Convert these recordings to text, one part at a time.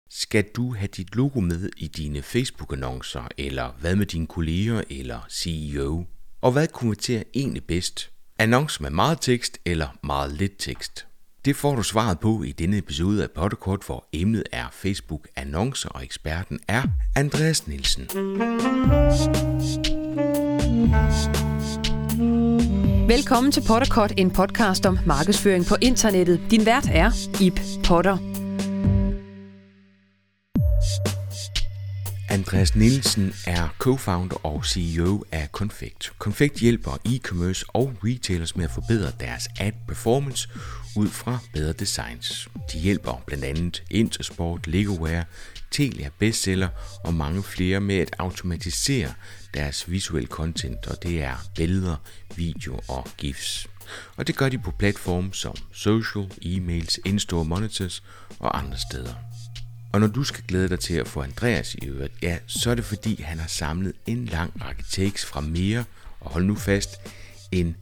Skal du have dit logo med i dine Facebook-annoncer, eller hvad med dine kolleger eller CEO? Og hvad konverterer egentlig bedst? Annoncer med meget tekst eller meget lidt tekst? Det får du svaret på i denne episode af Potterkort, hvor emnet er Facebook-annoncer, og eksperten er Andreas Nielsen. Velkommen til Potterkort, en podcast om markedsføring på internettet. Din vært er Ib Potter. Andreas Nielsen er co-founder og CEO af Confect. Confect hjælper e-commerce og retailers med at forbedre deres ad performance ud fra bedre designs. De hjælper blandt andet Intersport, Legoware, Telia Bestseller og mange flere med at automatisere deres visuelle content, og det er billeder, video og GIFs. Og det gør de på platforme som social, e-mails, in-store monitors og andre steder. Og når du skal glæde dig til at få Andreas i øvrigt, ja, så er det fordi han har samlet en lang række takes fra mere, og hold nu fast, end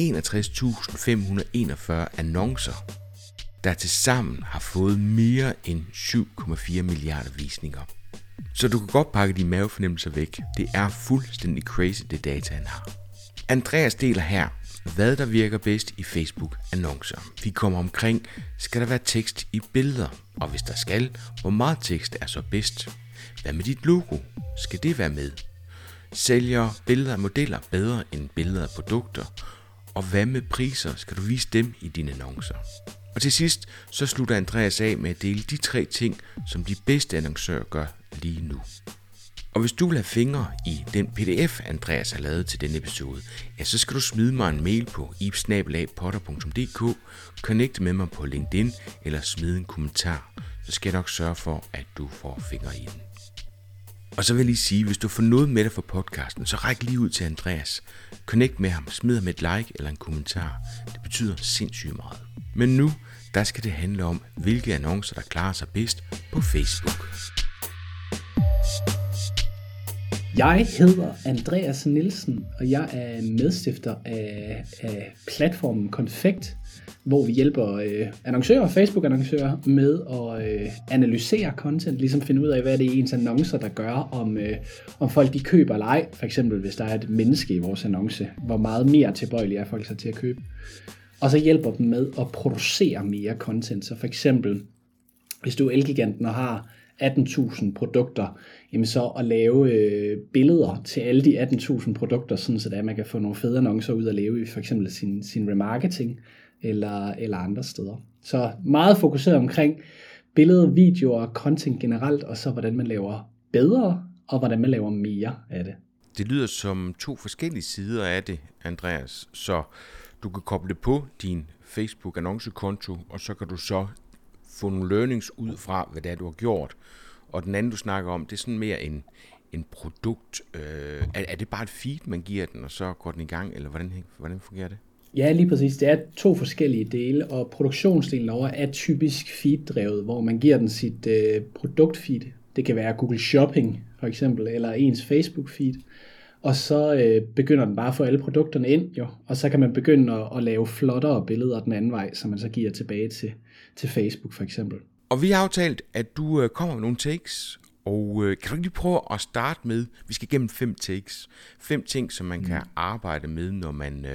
61.541 annoncer, der tilsammen har fået mere end 7,4 milliarder visninger. Så du kan godt pakke de mavefornemmelser væk. Det er fuldstændig crazy, det data han har. Andreas deler her, hvad der virker bedst i Facebook-annoncer. Vi kommer omkring, skal der være tekst i billeder? Og hvis der skal, hvor meget tekst er så bedst? Hvad med dit logo? Skal det være med? Sælger billeder af modeller bedre end billeder af produkter? Og hvad med priser? Skal du vise dem i dine annoncer? Og til sidst, så slutter Andreas af med at dele de 3 ting, som de bedste annoncører gør lige nu. Og hvis du vil have fingre i den pdf, Andreas har lavet til denne episode, ja, så skal du smide mig en mail på ib@potter.dk, connecte med mig på LinkedIn eller smide en kommentar. Så skal jeg nok sørge for, at du får fingre i den. Og så vil jeg lige sige, hvis du får noget med dig for podcasten, så ræk lige ud til Andreas. Connect med ham, smid ham et like eller en kommentar. Det betyder sindssygt meget. Men nu, der skal det handle om, hvilke annoncer, der klarer sig bedst på Facebook. Jeg hedder Andreas Nielsen, og jeg er medstifter af platformen Confect, hvor vi hjælper annoncører, Facebook-annoncører med at analysere content, ligesom finde ud af, hvad det er ens annoncer, der gør, om folk de køber eller ej. For eksempel, hvis der er et menneske i vores annonce, hvor meget mere tilbøjelige er folk så til at købe. Og så hjælper dem med at producere mere content. Så for eksempel, hvis du er Elgiganten og har 18.000 produkter, jamen så at lave billeder til alle de 18.000 produkter, sådan så at man kan få nogle fede annoncer ud at leve i for eksempel sin remarketing eller andre steder. Så meget fokuseret omkring billeder, videoer, content generelt, og så hvordan man laver bedre, og hvordan man laver mere af det. Det lyder som 2 forskellige sider af det, Andreas, så du kan koble det på din Facebook-annoncekonto, og så kan du så få nogle learnings ud fra, hvad det er, du har gjort. Og den anden, du snakker om, det er sådan mere en produkt. Er det bare et feed, man giver den, og så går den i gang, eller hvordan fungerer det? Ja, lige præcis. Det er 2 forskellige dele, og produktionsdelen over er typisk feed-drevet, hvor man giver den sit produktfeed. Det kan være Google Shopping, for eksempel, eller ens Facebook-feed. Og så begynder den bare at få alle produkterne ind, jo. Og så kan man begynde at lave flottere billeder den anden vej, som man så giver tilbage til Facebook for eksempel. Og vi har aftalt, at du kommer med nogle takes, og kan du ikke lige prøve at starte med, vi skal igennem 5 takes, 5 ting, som man kan arbejde med, når man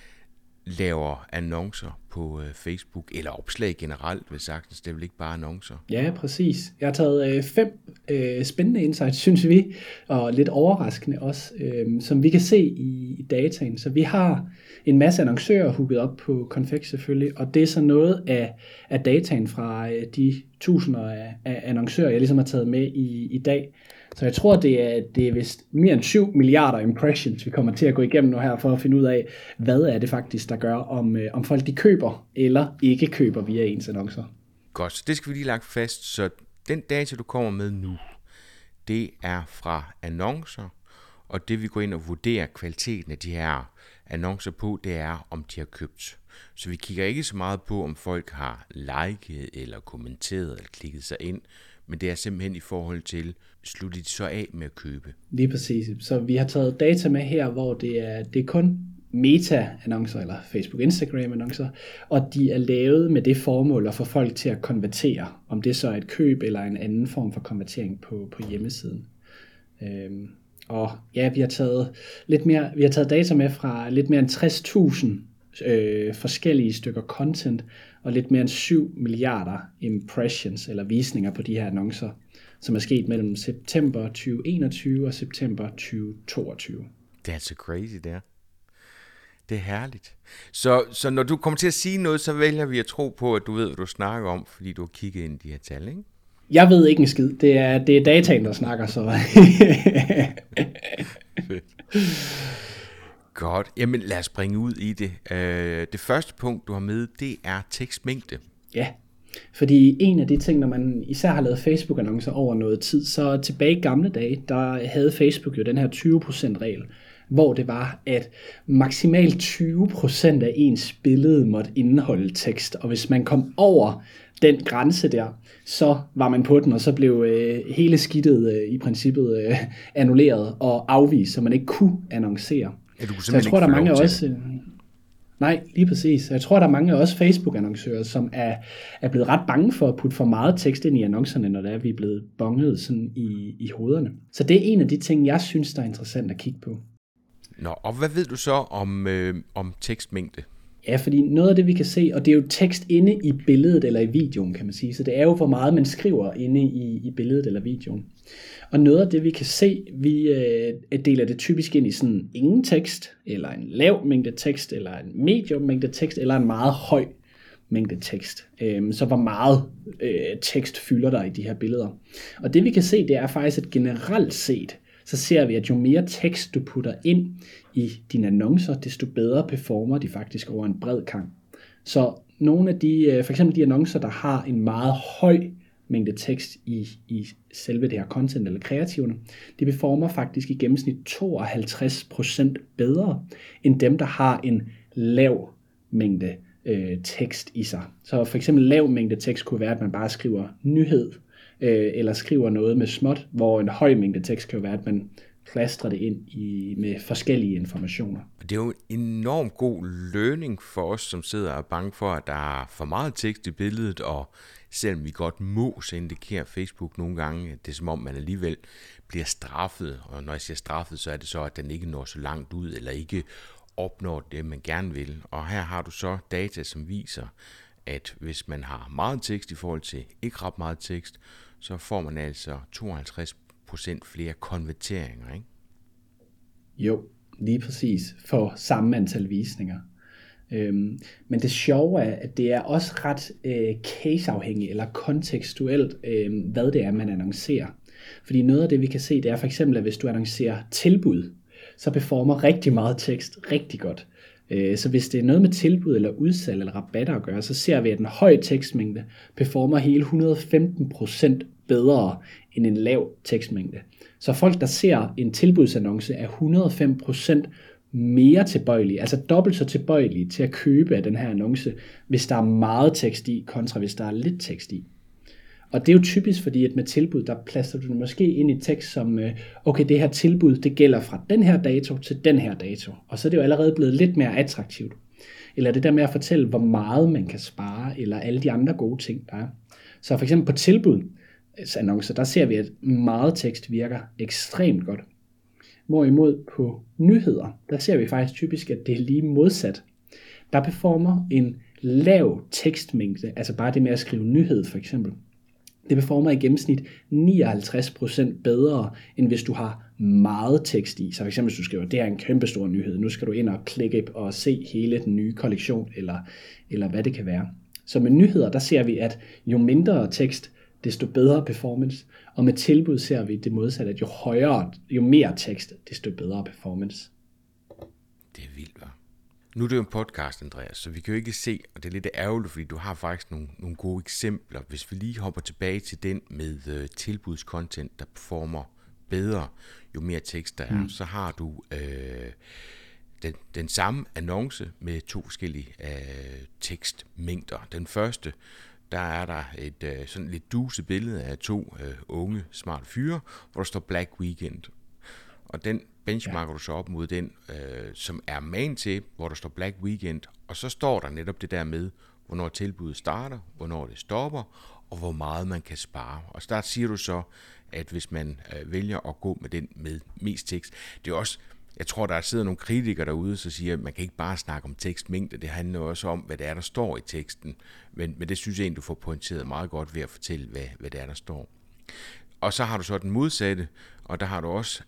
laver annoncer på Facebook, eller opslag generelt, vil sagtens, det er vel ikke bare annoncer? Ja, præcis. Jeg har taget 5 spændende insights, synes vi, og lidt overraskende også, som vi kan se i dataen. Så vi har en masse annoncører hooket op på Confect selvfølgelig, og det er så noget af dataen fra de tusinder af annoncører, jeg ligesom har taget med i dag. Så jeg tror, det er vist mere end 7 milliarder impressions, vi kommer til at gå igennem nu her, for at finde ud af, hvad er det faktisk, der gør, om folk de køber eller ikke køber via ens annoncer. Godt, så det skal vi lige lagt fast. Så den data, du kommer med nu, det er fra annoncer, og det vi går ind og vurderer kvaliteten af de her annoncer på, det er, om de har købt. Så vi kigger ikke så meget på, om folk har liket eller kommenteret eller klikket sig ind, men det er simpelthen i forhold til, slutter de så af med at købe? Lige præcis. Så vi har taget data med her, hvor det er kun meta-annoncer eller Facebook-Instagram-annoncer, og de er lavet med det formål at få folk til at konvertere, om det så er et køb eller en anden form for konvertering på hjemmesiden. Og ja, vi har taget data med fra lidt mere end 60.000 forskellige stykker content, og lidt mere end 7 milliarder impressions eller visninger på de her annoncer, som er sket mellem september 2021 og september 2022. Det er så crazy, det er. Det er herligt. Så når du kommer til at sige noget, så vælger vi at tro på, at du ved, hvad du snakker om, fordi du har kigget ind i de her tal, ikke? Jeg ved ikke en skid. Det er dataen, der snakker, så. Godt. Jamen lad os springe ud i det. Det første punkt, du har med, det er tekstmængde. Ja, fordi en af de ting, når man især har lavet Facebook-annoncer over noget tid, så tilbage i gamle dage, der havde Facebook jo den her 20%-regel, hvor det var, at maksimalt 20% af ens billede måtte indeholde tekst, og hvis man kom over den grænse der, så var man på den, og så blev hele skidtet i princippet annulleret og afvist, så man ikke kunne annoncere. Ja, du kunne så jeg tror, der er mange også. Nej, lige præcis. Jeg tror, der er mange også Facebook-annoncører, som er blevet ret bange for at putte for meget tekst ind i annoncerne, når det er, vi er blevet bonget sådan i hovederne. Så det er en af de ting, jeg synes, der er interessant at kigge på. Nå, og hvad ved du så om tekstmængde? Ja, fordi noget af det, vi kan se, og det er jo tekst inde i billedet eller i videoen, kan man sige, så det er jo, hvor meget man skriver inde i billedet eller videoen. Og noget af det, vi kan se, vi deler det typisk ind i sådan ingen tekst, eller en lav mængde tekst, eller en medium mængde tekst, eller en meget høj mængde tekst. Så hvor meget tekst fylder der i de her billeder. Og det vi kan se, det er faktisk, at generelt set, så ser vi, at jo mere tekst du putter ind i dine annoncer, desto bedre performer de faktisk over en bred kam. Så nogle af de, for eksempel de annoncer, der har en meget høj mængde tekst i selve det her content eller kreativerne, de performer faktisk i gennemsnit 52% bedre end dem, der har en lav mængde tekst i sig. Så for eksempel lav mængde tekst kunne være, at man bare skriver nyhed, eller skriver noget med småt, hvor en høj mængde tekst kan jo være, at man plastrer det ind med forskellige informationer. Det er jo en enormt god learning for os, som sidder og er bange for, at der er for meget tekst i billedet, og selvom vi godt må, så indikerer Facebook nogle gange, at det er som om, man alligevel bliver straffet. Og når jeg siger straffet, så er det så, at den ikke når så langt ud, eller ikke opnår det, man gerne vil. Og her har du så data, som viser, at hvis man har meget tekst i forhold til ikke ret meget tekst, så får man altså 52% flere konverteringer, ikke? Jo, lige præcis, for samme antal visninger. Men det sjove er, at det er også ret caseafhængigt eller kontekstuelt, hvad det er, man annoncerer. Fordi noget af det, vi kan se, det er for eksempel, at hvis du annoncerer tilbud, så performer rigtig meget tekst rigtig godt. Så hvis det er noget med tilbud eller udsalg eller rabatter at gøre, så ser vi, at en høj tekstmængde performer hele 115% bedre end en lav tekstmængde. Så folk, der ser en tilbudsannonce, er 105% mere tilbøjelige, altså dobbelt så tilbøjelige til at købe af den her annonce, hvis der er meget tekst i, kontra hvis der er lidt tekst i. Og det er jo typisk, fordi at med tilbud, der plaster du måske ind i tekst som, okay, det her tilbud, det gælder fra den her dato til den her dato. Og så er det jo allerede blevet lidt mere attraktivt. Eller det der med at fortælle, hvor meget man kan spare, eller alle de andre gode ting, der er. Så for eksempel på tilbudsannoncer, der ser vi, at meget tekst virker ekstremt godt. Hvorimod på nyheder, der ser vi faktisk typisk, at det er lige modsat. Der performer en lav tekstmængde, altså bare det med at skrive nyhed for eksempel. Det performer i gennemsnit 59% bedre, end hvis du har meget tekst i. Så for eksempel hvis du skriver, det er en kæmpestor nyhed, nu skal du ind og klikke og se hele den nye kollektion, eller hvad det kan være. Så med nyheder, der ser vi, at jo mindre tekst, desto bedre performance. Og med tilbud ser vi det modsatte, at jo mere tekst, desto bedre performance. Det er vildt, hva'? Nu er det jo en podcast, Andreas, så vi kan jo ikke se, og det er lidt ærgerligt, fordi du har faktisk nogle gode eksempler. Hvis vi lige hopper tilbage til den med tilbudscontent, der performer bedre, jo mere tekst der er, så har du den samme annonce med 2 forskellige tekstmængder. Den første, der er der et sådan lidt duset billede af 2 unge, smarte fyre, hvor der står Black Weekend. Og den benchmarker du så op mod den, som er main til, hvor der står Black Weekend, og så står der netop det der med, hvornår tilbuddet starter, hvornår det stopper, og hvor meget man kan spare. Og der siger du så, at hvis man vælger at gå med den med mest tekst, det er også, jeg tror, der sidder nogle kritikere derude, så siger, at man kan ikke bare snakke om tekstmængde, det handler også om, hvad det er, der står i teksten. Men det synes jeg egentlig, du får pointeret meget godt ved at fortælle, hvad det er, der står. Og så har du så den modsatte, og der har du også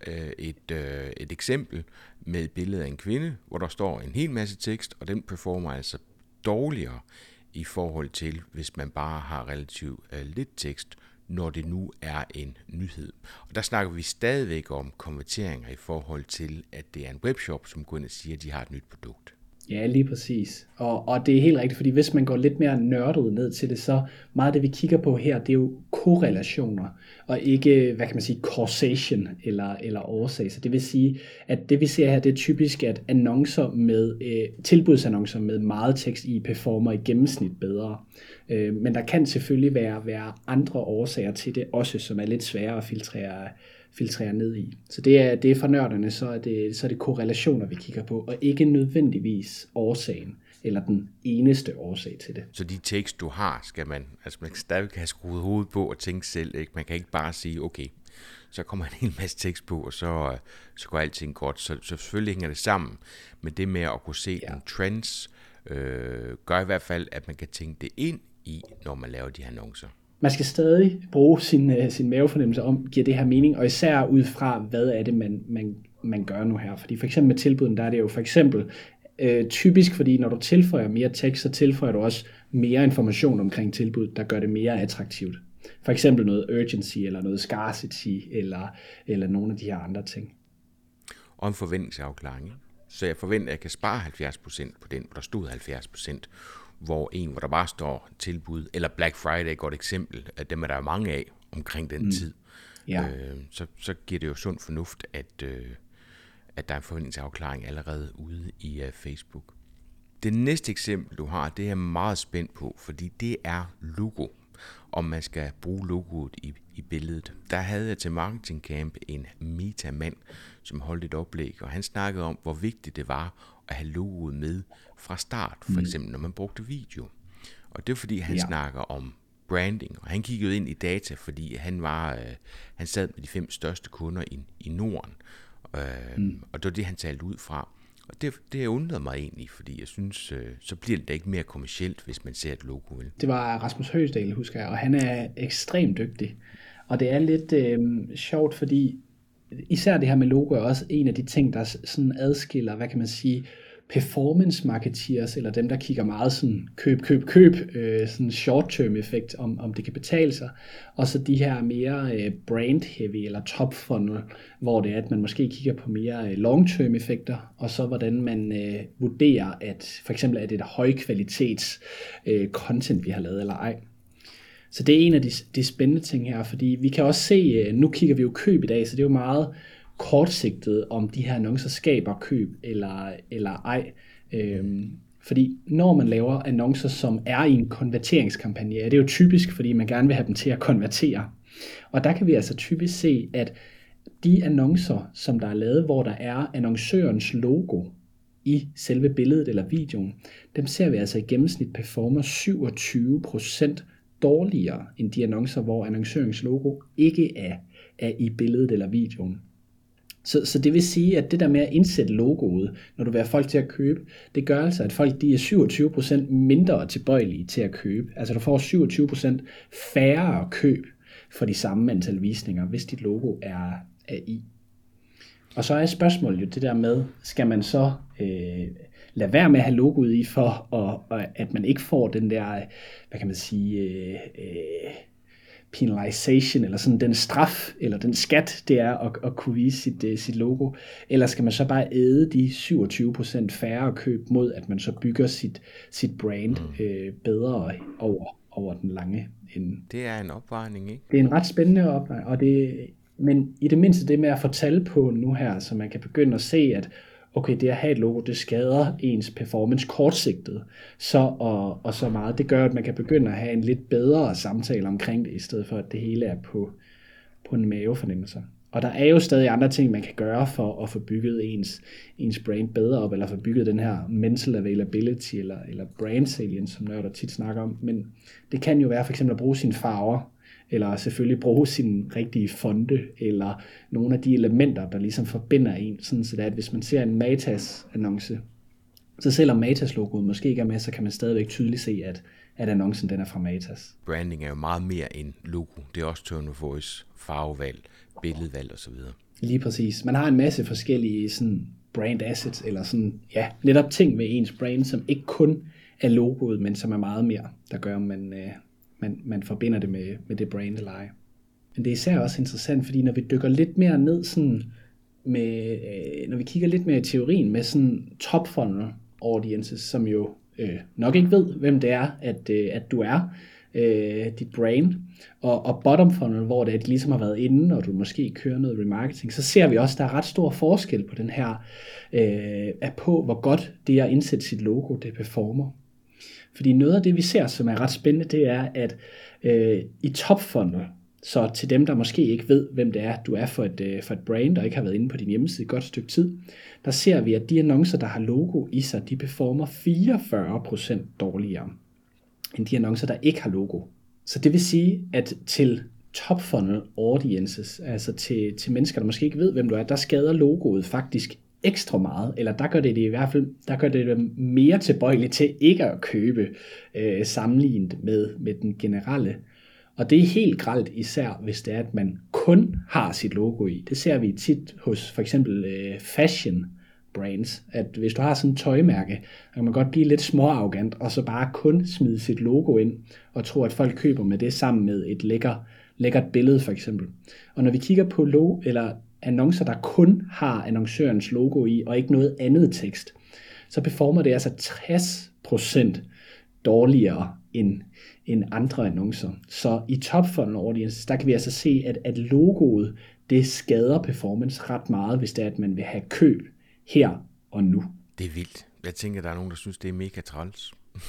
et eksempel med et billede af en kvinde, hvor der står en hel masse tekst, og den performer altså dårligere i forhold til, hvis man bare har relativt lidt tekst, når det nu er en nyhed. Og der snakker vi stadigvæk om konverteringer i forhold til, at det er en webshop, som går ind og siger, at de har et nyt produkt. Ja, lige præcis. Og det er helt rigtigt, fordi hvis man går lidt mere nørdet ned til det, så meget af det, vi kigger på her, det er jo korrelationer, og ikke, hvad kan man sige, causation eller årsag. Så det vil sige, at det vi ser her, det er typisk, at annoncer med, tilbudsannoncer med meget tekst i performer i gennemsnit bedre. Men der kan selvfølgelig være andre årsager til det også, som er lidt sværere at filtrere ned i. Så det er for nørderne, så er det korrelationer, vi kigger på, og ikke nødvendigvis årsagen, eller den eneste årsag til det. Så de tekst, du har, man skal stadig have skruet hovedet på og tænke selv, ikke? Man kan ikke bare sige, okay, så kommer en hel masse tekst på, og så går alting godt. Så selvfølgelig hænger det sammen, men det med at kunne se nogle trends, gør i hvert fald, at man kan tænke det ind i, når man laver de her annoncer. Man skal stadig bruge sin mavefornemmelse om, giver det her mening, og især ud fra, hvad er det, man gør nu her. Fordi for eksempel med tilbuden, der er det jo for eksempel typisk, fordi når du tilføjer mere tekst, så tilføjer du også mere information omkring tilbuddet, der gør det mere attraktivt. For eksempel noget urgency, eller noget scarcity, eller nogle af de her andre ting. Og en forventningsafklaring. Så jeg forventer, at jeg kan spare 70% på den, hvor der stod 70%, hvor der bare står tilbud, eller Black Friday er et godt eksempel, at dem er der mange af omkring den tid. Ja. Så giver det jo sund fornuft, at der er en forventningsafklaring allerede ude i Facebook. Det næste eksempel, du har, det er jeg meget spændt på, fordi det er logo, om man skal bruge logoet i billedet. Der havde jeg til Marketing Camp en metamand, som holdt et oplæg, og han snakkede om, hvor vigtigt det var at have logoet med fra start, for eksempel når man brugte video. Og det er fordi, han snakker om branding, og han kiggede ind i data, fordi han sad med de 5 største kunder i Norden, og det var det, han talte ud fra. Og det undrede mig egentlig, fordi jeg synes, så bliver det da ikke mere kommercielt, hvis man ser et logo. Vel? Det var Rasmus Høgsdal, husker jeg, og han er ekstremt dygtig. Og det er lidt sjovt, fordi især det her med logo er også en af de ting, der sådan adskiller, hvad kan man sige, performance marketeers, eller dem, der kigger meget sådan køb, sådan short-term effekt, om det kan betale sig, og så de her mere brand-heavy, eller top-funnel, hvor det er, at man måske kigger på mere long-term effekter, og så hvordan man vurderer, at for eksempel er det et højkvalitets content, vi har lavet, eller ej. Så det er en af de spændende ting her, fordi vi kan også se, nu kigger vi jo køb i dag, så det er jo meget kortsigtet, om de her annoncer skaber køb eller ej. Fordi når man laver annoncer, som er i en konverteringskampagne, er det jo typisk, fordi man gerne vil have dem til at konvertere. Og der kan vi altså typisk se, at de annoncer, som der er lavet, hvor der er annoncørens logo i selve billedet eller videoen, dem ser vi altså i gennemsnit performer 27% dårligere end de annoncer, hvor annoncørens logo ikke er i billedet eller videoen. Så det vil sige, at det der med at indsætte logoet, når du vil have folk til at købe, det gør altså, at folk de er 27% mindre tilbøjelige til at købe. Altså du får 27% færre køb for de samme antal visninger, hvis dit logo er i. Og så er spørgsmålet jo det der med, skal man så lade være med at have logoet i, for at man ikke får den der, hvad kan man sige, penalization, eller sådan den straf, eller den skat, det er at kunne vise sit logo, eller skal man så bare æde de 27% færre køb, mod at man så bygger sit brand bedre over den lange ende. Det er en opvejning, ikke? Det er en ret spændende opvejning, men i det mindste det med at få tal på nu her, så man kan begynde at se, at okay, det at have et logo, det skader ens performance kortsigtet, så meget. Det gør, at man kan begynde at have en lidt bedre samtale omkring det, i stedet for at det hele er på en mavefornemmelse. Og der er jo stadig andre ting, man kan gøre for at få bygget ens brand bedre op, eller få bygget den her mental availability, eller brand salience, som nørder tit snakker om. Men det kan jo være for eksempel at bruge sine farver, eller selvfølgelig bruge sine rigtige fonte, eller nogle af de elementer, der ligesom forbinder en, sådan så at hvis man ser en Matas-annonce, så selvom Matas-logoet måske ikke er med, så kan man stadigvæk tydeligt se, at annoncen den er fra Matas. Branding er jo meget mere end logo. Det er også tone of voice, farvevalg, billedvalg osv. Lige præcis. Man har en masse forskellige sådan brand assets, eller sådan, ja, netop ting med ens brand, som ikke kun er logoet, men som er meget mere, der gør, man forbinder det med det brand eller ej. Men det er især også interessant, fordi når vi dykker lidt mere ned sådan med, når vi kigger lidt mere i teorien med sådan top funnel audiences, som jo nok ikke ved, hvem det er, at du er, dit brand, og bottom funnel, hvor det ligesom har været inde, og du måske kører noget remarketing, så ser vi også, at der er ret stor forskel på den her, på hvor godt det at indsætte sit logo, det performer. Fordi noget af det, vi ser, som er ret spændende, det er, at i top funnel, så til dem, der måske ikke ved, hvem det er, du er for et brand, og ikke har været inde på din hjemmeside et godt stykke tid, der ser vi, at de annoncer, der har logo i sig, de performer 44% dårligere end de annoncer, der ikke har logo. Så det vil sige, at til top funnel audiences, altså til mennesker, der måske ikke ved, hvem du er, der skader logoet faktisk ekstra meget, eller der gør det i hvert fald, der gør det mere tilbøjeligt til ikke at købe, sammenlignet med den generelle. Og det er helt grelt, især hvis det er, at man kun har sit logo i. Det ser vi tit hos for eksempel fashion brands, at hvis du har sådan et tøjmærke, så kan man godt blive lidt småarrogant, og så bare kun smide sit logo ind, og tro, at folk køber med det sammen med et lækkert billede for eksempel. Og når vi kigger på eller annoncer, der kun har annoncørens logo i, og ikke noget andet tekst, så performer det altså 60% dårligere end andre annoncer. Så i top funnel audience, der kan vi altså se, at logoet, det skader performance ret meget, hvis det er, at man vil have køb her og nu. Det er vildt. Jeg tænker, der er nogen, der synes, det er mega træls.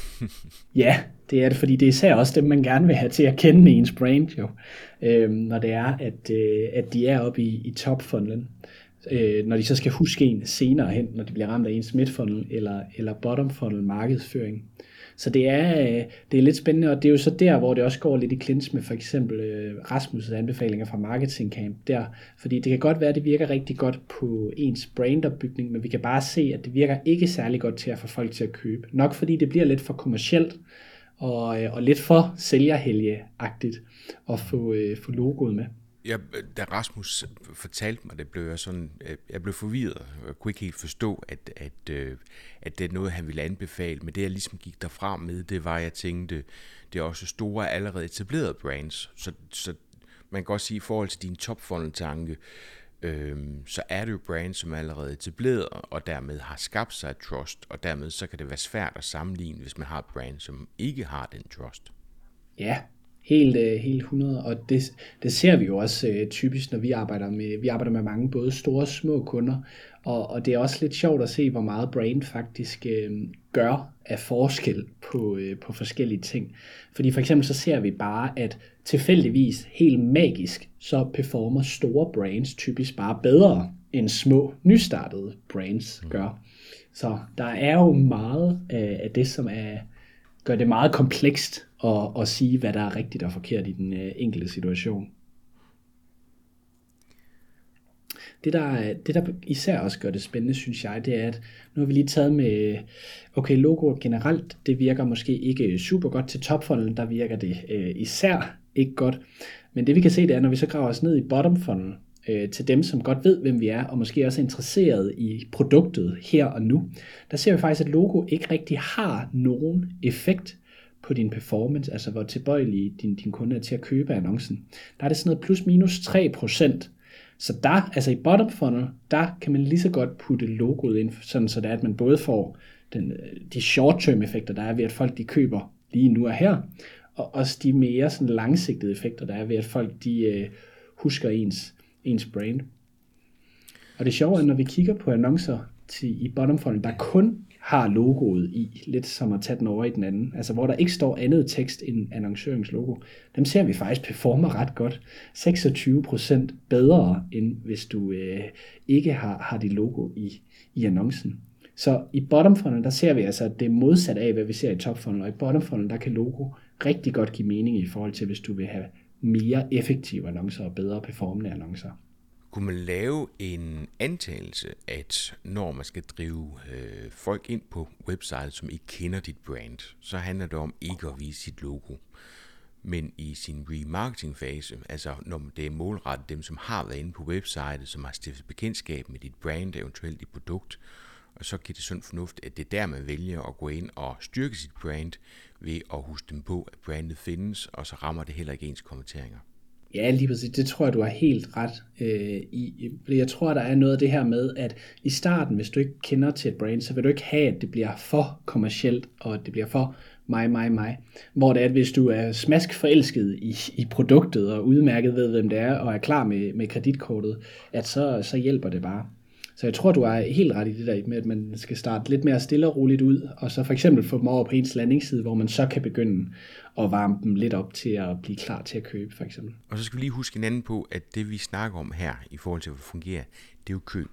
Ja, det er det, fordi det er især også dem, man gerne vil have til at kende ens brand, jo. Når det er, at de er oppe i top funnelen. Når de så skal huske en senere hen, når de bliver ramt af ens midt funnel eller bottom funnel markedsføring. Så det er lidt spændende, og det er jo så der, hvor det også går lidt i clinch med for eksempel Rasmus' anbefalinger fra Marketing Camp der, fordi det kan godt være, at det virker rigtig godt på ens brandopbygning, men vi kan bare se, at det virker ikke særlig godt til at få folk til at købe. Nok fordi det bliver lidt for kommercielt og lidt for sælgerhelge-agtigt at få logoet med. Da Rasmus fortalte mig, jeg blev forvirret. Jeg kunne ikke helt forstå, at det er noget, han ville anbefale. Men det, jeg ligesom gik derfra med, det var, at jeg tænkte, det er også store, allerede etablerede brands. Så man kan godt sige, i forhold til din top-funnel-tanke, så er det jo brands, som er allerede etableret, og dermed har skabt sig et trust, og dermed så kan det være svært at sammenligne, hvis man har et brand, som ikke har den trust. Ja, helt 100, og det ser vi jo også typisk, når vi arbejder med mange både store og små kunder, og det er også lidt sjovt at se, hvor meget brand faktisk gør af forskel på forskellige ting. Fordi for eksempel så ser vi bare, at tilfældigvis, helt magisk, så performer store brands typisk bare bedre, end små, nystartede brands gør. Så der er jo meget af det, som gør det meget komplekst at sige, hvad der er rigtigt og forkert i den enkelte situation. Det der især også gør det spændende, synes jeg, det er, at nu har vi lige taget med, okay, logoer generelt, det virker måske ikke super godt til topfunnelen, der virker det især ikke godt. Men det vi kan se, det er, når vi så graver os ned i bottom funnel, til dem, som godt ved, hvem vi er, og måske også er interesseret i produktet her og nu, der ser vi faktisk, at logo ikke rigtig har nogen effekt på din performance, altså hvor tilbøjelig din kunde er til at købe annoncen. Der er det sådan noget plus minus 3%. Så der, altså i bottom funnel, der kan man lige så godt putte logoet ind, sådan så det er, at man både får de short-term effekter, der er ved, at folk de køber lige nu og her, og også de mere sådan langsigtede effekter, der er ved, at folk de husker ens brand. Og det sjove er, når vi kigger på annoncer i bottom funnel, der kun har logoet i, lidt som at tage den over i den anden, altså hvor der ikke står andet tekst end annoncørens logo, dem ser vi faktisk performer ret godt. 26% bedre, end hvis du ikke har dit logo i annoncen. Så i bottom funnel, der ser vi altså, at det er modsat af, hvad vi ser i top funnel, og i bottom funnel, der kan logo rigtig godt give mening i forhold til, hvis du vil have mere effektive annoncer og bedre performende annoncer. Kunne man lave en antagelse, at når man skal drive folk ind på websitet, som ikke kender dit brand, så handler det om ikke at vise sit logo. Men i sin remarketing-fase, altså når det er målrettet dem, som har været inde på websitet, som har stiftet bekendtskab med dit brand, eventuelt dit produkt, og så giver det sådan fornuft, at det er der, man vælger at gå ind og styrke sit brand ved at huske dem på, at brandet findes, og så rammer det heller ikke ens kommenteringer. Ja, lige præcis. Det tror jeg, du har helt ret i. Jeg tror, der er noget af det her med, at i starten, hvis du ikke kender til et brand, så vil du ikke have, at det bliver for kommercielt, og at det bliver for mig. Hvor det er, at hvis du er smask forelsket i produktet, og udmærket ved, hvem det er, og er klar med kreditkortet, at så hjælper det bare. Så jeg tror, du er helt ret i det der med, at man skal starte lidt mere stille og roligt ud, og så for eksempel få dem over på ens landingsside, hvor man så kan begynde at varme dem lidt op til at blive klar til at købe, for eksempel. Og så skal vi lige huske hinanden på, at det vi snakker om her, i forhold til at fungere, det er jo køb.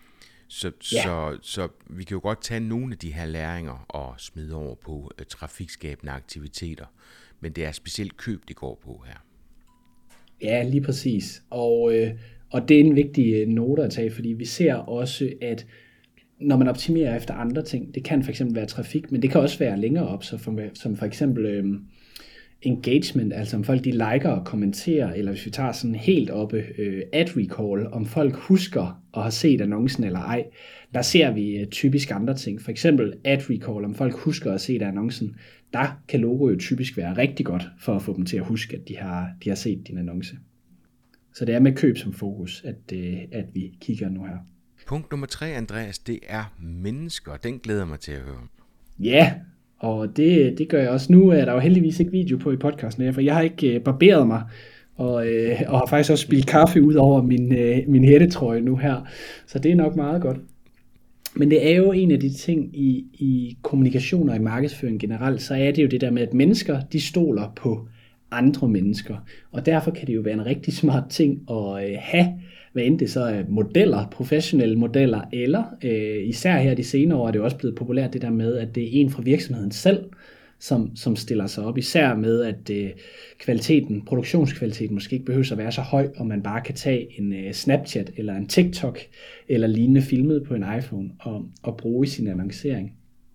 Så vi kan jo godt tage nogle af de her læringer og smide over på trafikskabende aktiviteter, men det er specielt køb, det går på her. Ja, lige præcis. Og det er en vigtig note at tage, fordi vi ser også, at når man optimerer efter andre ting, det kan for eksempel være trafik, men det kan også være længere op, som for eksempel engagement, altså om folk de liker og kommenterer, eller hvis vi tager sådan helt oppe ad recall, om folk husker at have set annoncen eller ej, der ser vi typisk andre ting. For eksempel ad recall, om folk husker at have set annoncen, der kan logo jo typisk være rigtig godt for at få dem til at huske, at de har set din annonce. Så det er med køb som fokus, at vi kigger nu her. Punkt nummer 3, Andreas, det er mennesker. Den glæder mig til at høre. Ja, og det gør jeg også. Nu er der jo heldigvis ikke video på i podcasten her, for jeg har ikke barberet mig, og har faktisk også spildt kaffe ud over min hættetrøje nu her. Så det er nok meget godt. Men det er jo en af de ting i kommunikation og i markedsføring generelt, så er det jo det der med, at mennesker, de stoler på andre mennesker. Og derfor kan det jo være en rigtig smart ting at have, hvad end det så er modeller, professionelle modeller, eller især her de senere år er det jo også blevet populært det der med, at det er en fra virksomheden selv, som stiller sig op, især med, at produktionskvaliteten måske ikke behøver at være så høj, og man bare kan tage en Snapchat eller en TikTok eller lignende filmet på en iPhone og bruge i sin annoncering.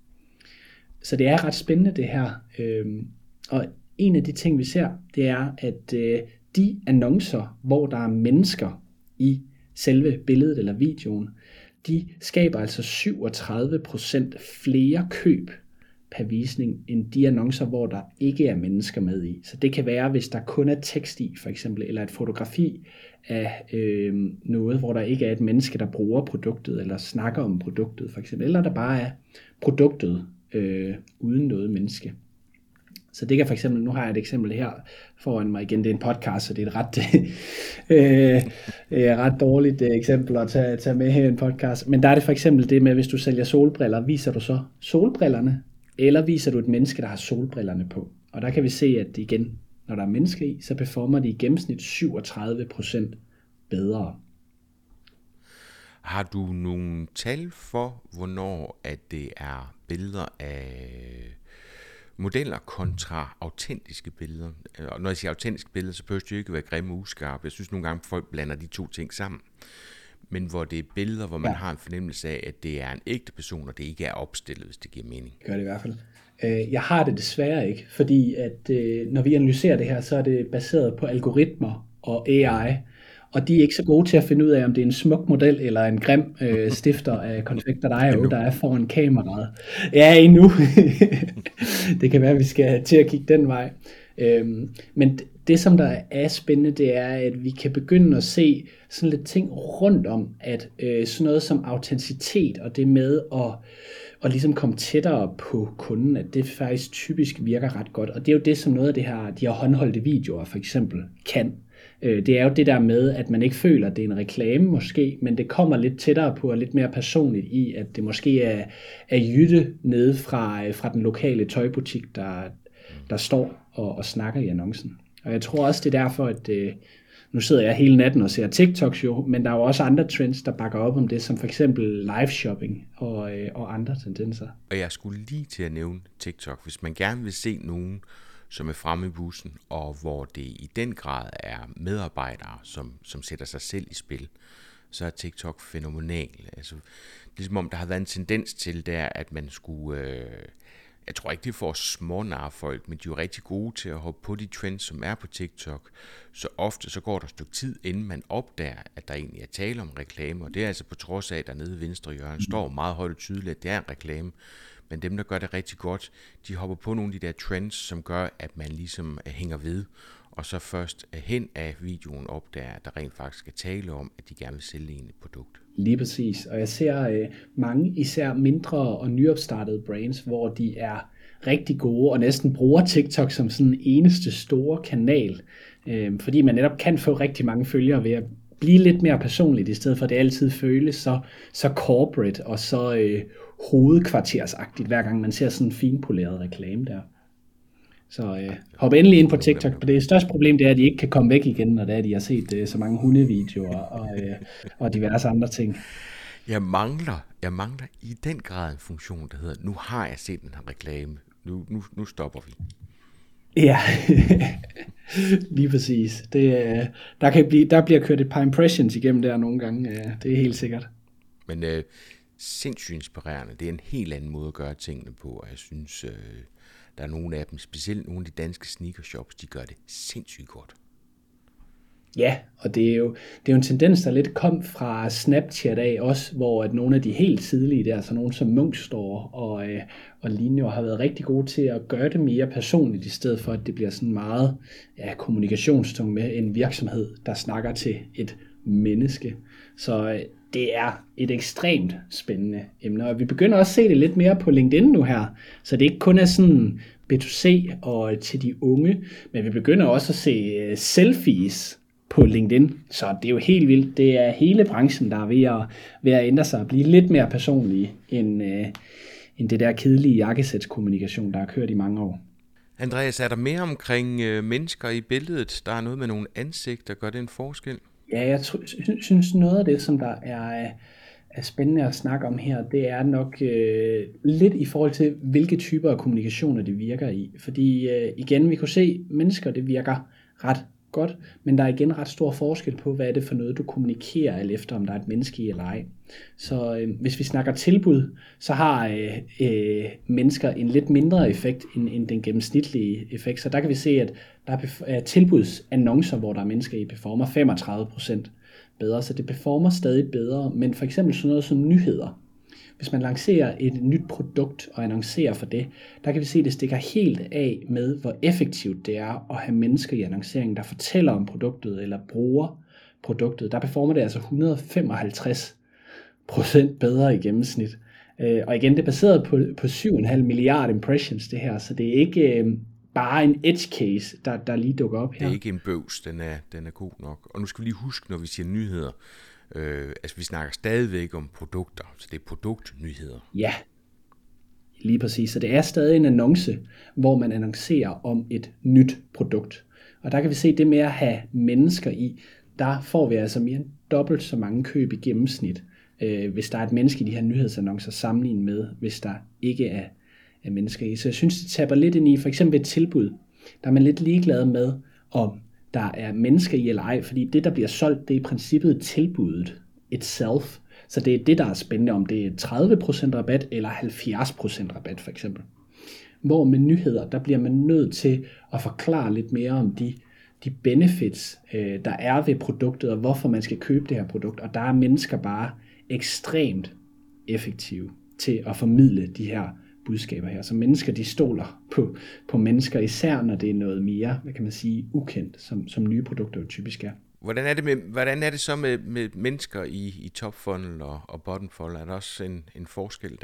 Så det er ret spændende det her. Og en af de ting, vi ser, det er, at de annoncer, hvor der er mennesker i selve billedet eller videoen, de skaber altså 37% flere køb per visning, end de annoncer, hvor der ikke er mennesker med i. Så det kan være, hvis der kun er tekst i, for eksempel, eller et fotografi af noget, hvor der ikke er et menneske, der bruger produktet, eller snakker om produktet, for eksempel, eller der bare er produktet uden noget menneske. Så det kan for eksempel, nu har jeg et eksempel her foran mig igen, det er en podcast, så det er et ret dårligt eksempel at tage med her i en podcast. Men der er det for eksempel det med, hvis du sælger solbriller, viser du så solbrillerne, eller viser du et menneske, der har solbrillerne på. Og der kan vi se, at igen, når der er mennesker i, så performer de i gennemsnit 37% bedre. Har du nogle tal for, hvornår at det er billeder af modeller kontra autentiske billeder? Og når jeg siger autentiske billeder, så behøver det jo ikke være grimme og uskarpe. Jeg synes nogle gange, folk blander de to ting sammen. Men hvor det er billeder, hvor man har en fornemmelse af, at det er en ægte person, og det ikke er opstillet, hvis det giver mening. Gør det i hvert fald. Jeg har det desværre ikke, fordi at når vi analyserer det her, så er det baseret på algoritmer og AI, og de er ikke så gode til at finde ud af, om det er en smuk model eller en grim stifter af konfekter, der er foran kameraet. Ja, endnu. Det kan være, at vi skal til at kigge den vej. Men det, som der er spændende, det er, at vi kan begynde at se sådan lidt ting rundt om, at sådan noget som autenticitet og det med at ligesom komme tættere på kunden, at det faktisk typisk virker ret godt. Og det er jo det, som noget af det her, de her håndholdte videoer for eksempel kan. Det er jo det der med, at man ikke føler, at det er en reklame måske, men det kommer lidt tættere på og lidt mere personligt i, at det måske er Jytte nede fra den lokale tøjbutik, der står og snakker i annoncen. Og jeg tror også, det er derfor, at nu sidder jeg hele natten og ser TikToks jo, men der er jo også andre trends, der bakker op om det, som for eksempel live shopping og andre tendenser. Og jeg skulle lige til at nævne TikTok, hvis man gerne vil se nogen, som er fremme i bussen, og hvor det i den grad er medarbejdere, som sætter sig selv i spil, så er TikTok fænomenal. Altså, ligesom om der har været en tendens til der, at man skulle... Jeg tror ikke, det er for smånare folk, men de er jo rigtig gode til at hoppe på de trends, som er på TikTok. Så ofte så går der et stykke tid, inden man opdager, at der egentlig er tale om reklame. Og det er altså på trods af, at dernede i venstre hjørne står meget højt og tydeligt, at det er en reklame. Men dem, der gør det rigtig godt, de hopper på nogle af de der trends, som gør, at man ligesom hænger ved. Og så først hen af videoen opdager, at der rent faktisk skal tale om, at de gerne vil sælge en et produkt. Lige præcis, og jeg ser mange, især mindre og nyopstartede brands, hvor de er rigtig gode og næsten bruger TikTok som sådan en eneste store kanal, fordi man netop kan få rigtig mange følgere ved at blive lidt mere personligt, i stedet for at det altid føles så corporate og så hovedkvartersagtigt, hver gang man ser sådan en finpoleret reklame der. Så hop endelig ind på TikTok, for det største problem det er, at de ikke kan komme væk igen, når det er, de har set så mange hundevideoer og diverse andre ting. Jeg mangler i den grad en funktion, der hedder, nu har jeg set den her reklame, nu stopper vi. Ja, lige præcis. Der bliver kørt et par impressions igennem der nogle gange, det er helt sikkert. Men sindssygt inspirerende, det er en helt anden måde at gøre tingene på, og jeg synes... Der er nogle af dem, specielt nogle af de danske sneakershops, de gør det sindssygt godt. Ja, og det er jo en tendens, der lidt kom fra Snapchat af også, hvor at nogle af de helt tidlige der, så nogle som Munch Store og lignende, har været rigtig gode til at gøre det mere personligt, i stedet for at det bliver sådan meget kommunikationstung med en virksomhed, der snakker til et menneske. Så det er et ekstremt spændende emne, og vi begynder også at se det lidt mere på LinkedIn nu her, så det ikke kun er sådan B2C og til de unge, men vi begynder også at se selfies på LinkedIn, så det er jo helt vildt. Det er hele branchen, der er ved at ændre sig og blive lidt mere personlig end det der kedelige jakkesætskommunikation, der har kørt i mange år. Andreas, er der mere omkring mennesker i billedet? Der er noget med nogle ansigter, gør det en forskel? Ja, jeg synes noget af det, som der er spændende at snakke om her, det er nok lidt i forhold til, hvilke typer af kommunikationer det virker i. Fordi igen, vi kunne se, at mennesker, det virker ret godt, men der er igen ret stor forskel på, hvad er det for noget, du kommunikerer alt efter, om der er et menneske i eller ej. Så hvis vi snakker tilbud, så har mennesker en lidt mindre effekt end den gennemsnitlige effekt. Så der kan vi se, at der er tilbudsannoncer, hvor der er mennesker i, performer 35% bedre, så det performer stadig bedre, men for eksempel sådan noget som nyheder. Hvis man lancerer et nyt produkt og annoncerer for det, der kan vi se, at det stikker helt af med, hvor effektivt det er at have mennesker i annonceringen, der fortæller om produktet eller bruger produktet. Der performer det altså 155% bedre i gennemsnit. Og igen, det er baseret på 7,5 milliarder impressions det her, så det er ikke bare en edge case, der lige dukker op her. Det er ikke en bøvs, den er god nok. Og nu skal vi lige huske, når vi siger nyheder, vi snakker stadigvæk om produkter, så det er produktnyheder. Ja, lige præcis. Så det er stadig en annonce, hvor man annoncerer om et nyt produkt. Og der kan vi se det med at have mennesker i, der får vi altså mere end dobbelt så mange køb i gennemsnit, hvis der er et menneske i de her nyhedsannoncer, sammenlignet med, hvis der ikke er mennesker i. Så jeg synes, det taber lidt ind i, for eksempel et tilbud, der er man lidt ligeglad med, om der er mennesker i eller ej, fordi det, der bliver solgt, det er i princippet tilbuddet itself. Så det er det, der er spændende, om det er 30% rabat eller 70% rabat for eksempel. Hvor med nyheder, der bliver man nødt til at forklare lidt mere om de benefits, der er ved produktet, og hvorfor man skal købe det her produkt. Og der er mennesker bare ekstremt effektive til at formidle de her budskaber her. Så mennesker, de stoler på mennesker, især når det er noget mere, hvad kan man sige, ukendt, som nye produkter jo typisk er. Hvordan er det så med mennesker i top funnel og bottom funnel? Er der også en forskel der?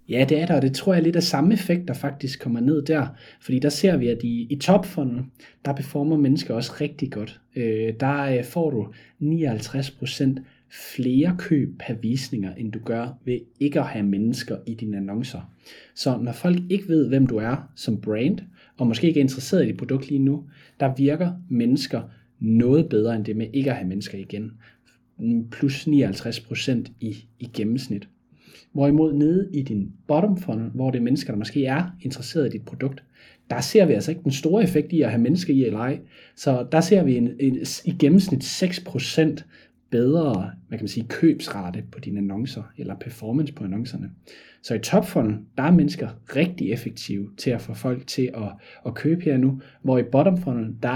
Ja, det er der, og det tror jeg lidt af samme effekt, der faktisk kommer ned der. Fordi der ser vi, at i topfunnel, der performer mennesker også rigtig godt. Der får du 59% flere køb per visninger, end du gør ved ikke at have mennesker i dine annoncer. Så når folk ikke ved, hvem du er som brand, og måske ikke er interesseret i dit produkt lige nu, der virker mennesker noget bedre end det med ikke at have mennesker igen. Plus 59% i gennemsnit. Hvorimod nede i din bottom funnel, hvor det er mennesker, der måske er interesseret i dit produkt, der ser vi altså ikke den store effekt i at have mennesker i eller ej. Så der ser vi i gennemsnit 6% bedre, hvad kan man sige, købsrate på dine annoncer, eller performance på annoncerne. Så i top funnel, der er mennesker rigtig effektive til at få folk til at købe her nu, hvor i bottom funnel, der